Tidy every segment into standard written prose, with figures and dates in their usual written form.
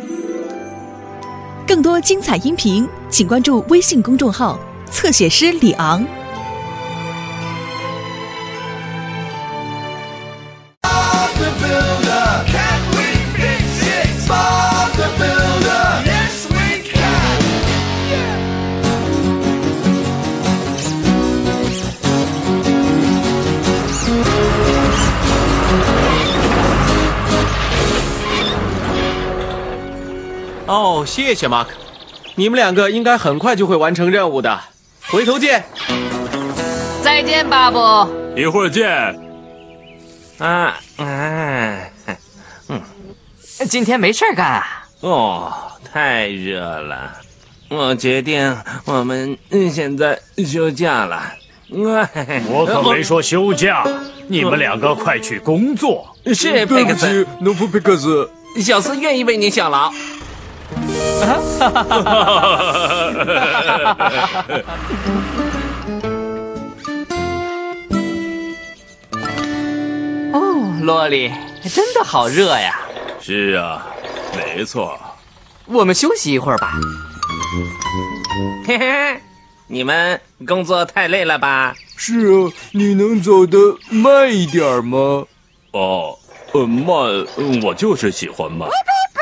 更多精彩音频，请关注微信公众号“侧写师李昂”。 哦，谢谢 Mark， 你们两个应该很快就会完成任务的，回头见。 再见，巴布。 一会儿见。 今天没事干啊？ 哦，太热了，我决定我们现在休假了。 我可没说休假，你们两个快去工作。 是佩克斯， 农夫佩克斯， 小斯愿意为您效劳。 哦，洛丽，真的好热呀。 是啊，没错。 我们休息一会儿吧。 嘿嘿，你们工作太累了吧？ 是啊，你能走得慢一点吗？ 慢，我就是喜欢慢。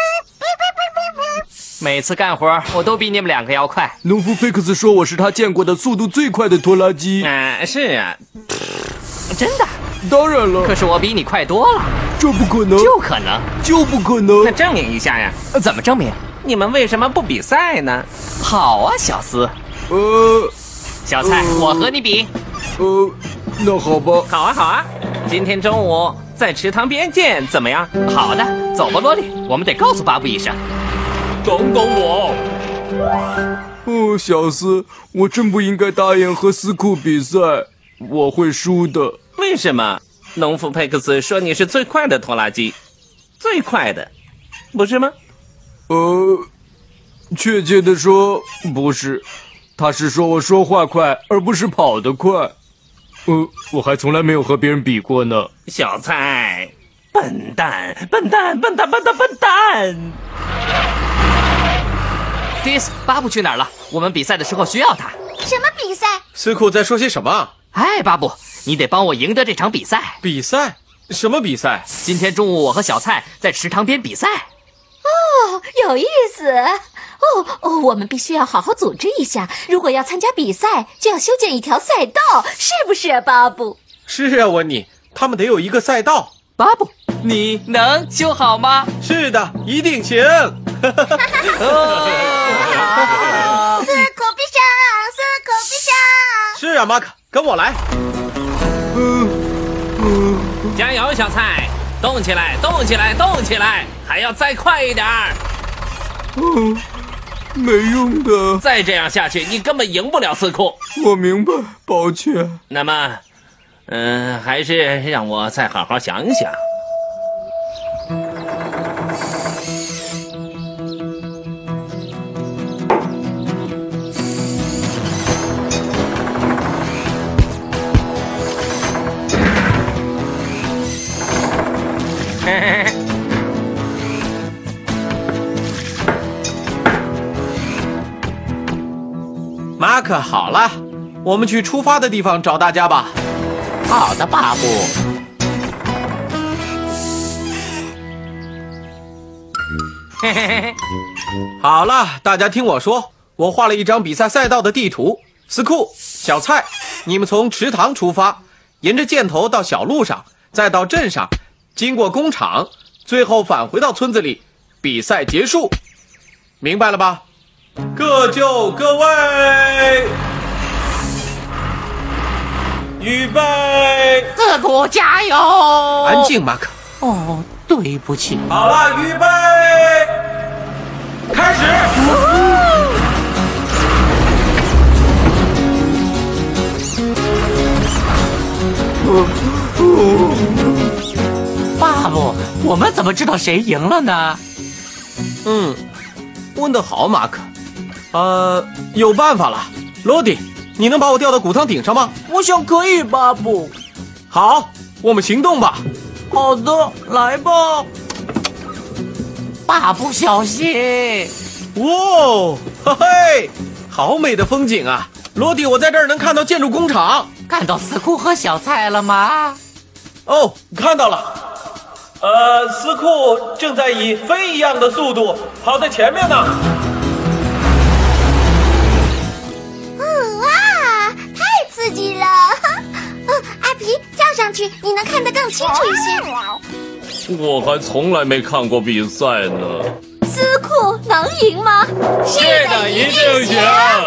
每次干活我都比你们两个要快。 农夫菲克斯说我是他见过的速度最快的拖拉机。 是啊， 真的？ 当然了。 可是我比你快多了。 这不可能。 就可能。 就不可能。 那证明一下呀。 怎么证明？ 你们为什么不比赛呢？ 好啊，小斯。小蔡，我和你比。 那好吧。 好啊，好啊。今天中午在池塘边见，怎么样？ 好的，走吧，罗莉，我们得告诉巴布一声。 等等我。 小斯，我真不应该答应和斯库比赛，我会输的。 为什么？农夫佩克斯说你是最快的拖拉机，最快的，不是吗？ 确切的说，不是，他是说我说话快，而不是跑得快。我还从来没有和别人比过呢。 小蔡，笨蛋，笨蛋，笨蛋，笨蛋，笨蛋！ 迪斯，巴布去哪儿了？我们比赛的时候需要他。 什么比赛？ 斯库在说些什么？ 哎，巴布，你得帮我赢得这场比赛。 比赛？什么比赛？ 今天中午我和小蔡在池塘边比赛。 哦，有意思。我们必须要好好组织一下。如果要参加比赛，就要修建一条赛道，是不是，巴布？ 是啊，温妮，他们得有一个赛道。 巴布，你能修好吗？ 是的，一定行。 斯库比上，斯库比上。 是啊，马克，跟我来。 加油，小蔡，动起来，动起来，动起来，还要再快一点儿。 没用的。 再这样下去，你根本赢不了斯库。 我明白，抱歉。 那么，还是让我再好好想想。 马克，好了，我们去出发的地方找大家吧。 好的，巴布。 好了，大家听我说，我画了一张比赛赛道的地图。斯库、小蔡，你们从池塘出发，沿着箭头到小路上，再到镇上，经过工厂，最后返回到村子里，比赛结束。明白了吧？各就各位，预备， 斯库加油！ 安静，马克。 哦，对不起。 好了，预备，开始。 巴布，我们怎么知道谁赢了呢？ 问得好，马克。有办法了。罗迪，你能把我吊到谷仓顶上吗？ 我想可以，巴布。 好，我们行动吧。 好的，来吧。 巴布小心！ 哇，嘿嘿，好美的风景啊！罗迪，我在这儿能看到建筑工厂。 看到斯库和小菜了吗？ 哦，看到了。斯库正在以飞一样的速度跑在前面呢。 哇，太刺激了！阿皮，跳上去，你能看得更清楚一些。 我还从来没看过比赛呢。 斯库能赢吗？是的，一定行。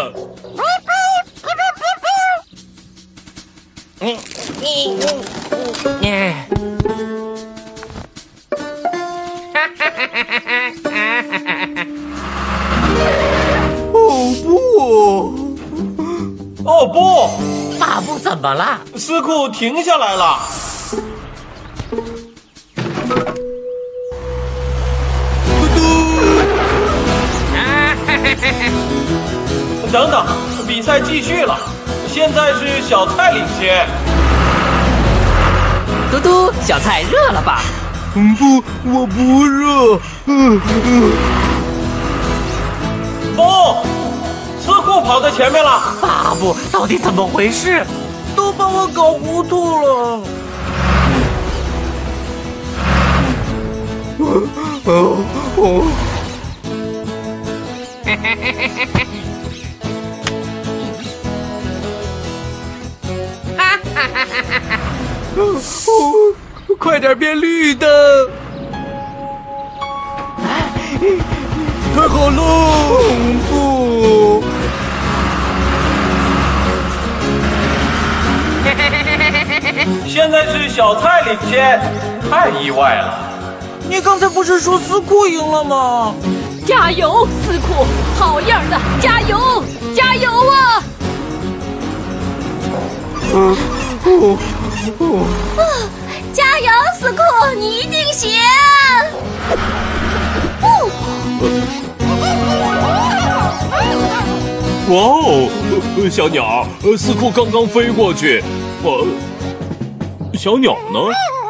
哦不！ 巴布怎么了？ 斯库停下来了。等等，比赛继续了，现在是小菜领先。 嘟嘟，小菜热了吧？ 不，我不热。 哦，斯库跑在前面了。 巴布，到底怎么回事？ 都把我搞糊涂了。快点变绿灯！太好了！不， 现在是小菜领先，太意外了。 你刚才不是说斯库赢了吗？ 加油，斯库，好样的！加油，加油啊！加油，斯库，你一定行！ 哇哦，小鸟，斯库刚刚飞过去，小鸟呢？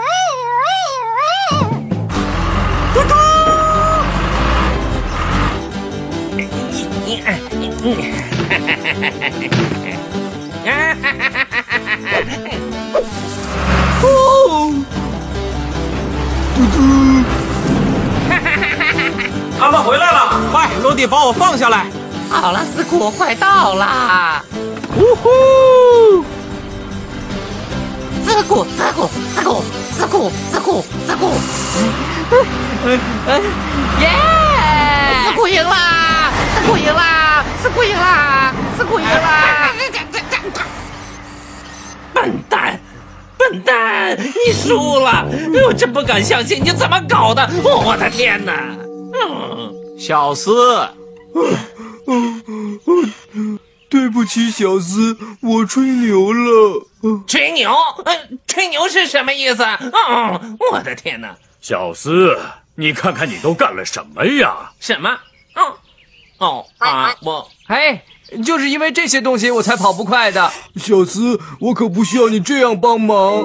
他们回来了，快，罗迪，把我放下来。 好了，斯库，快到啦！ 呜呼！ 斯库，斯库，斯库，斯库，斯库，斯库！耶！斯库赢啦！斯库赢啦！斯库赢啦！斯库赢啦！笨蛋！笨蛋！你输了！我真不敢相信，你怎么搞的？我的天哪！ 小斯， 对不起，小斯，我吹牛了。 吹牛？吹牛是什么意思？我的天哪！ 小斯，你看看你都干了什么呀？ 什么？我哎，就是因为这些东西我才跑不快的。小斯，我可不需要你这样帮忙。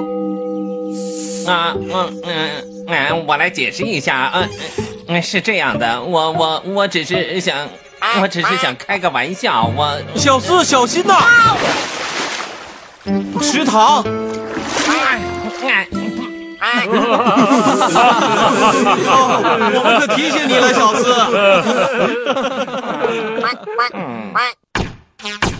我来解释一下。是这样的，我只是想开个玩笑。 小斯小心呐！池塘。我们可提醒你了，小斯。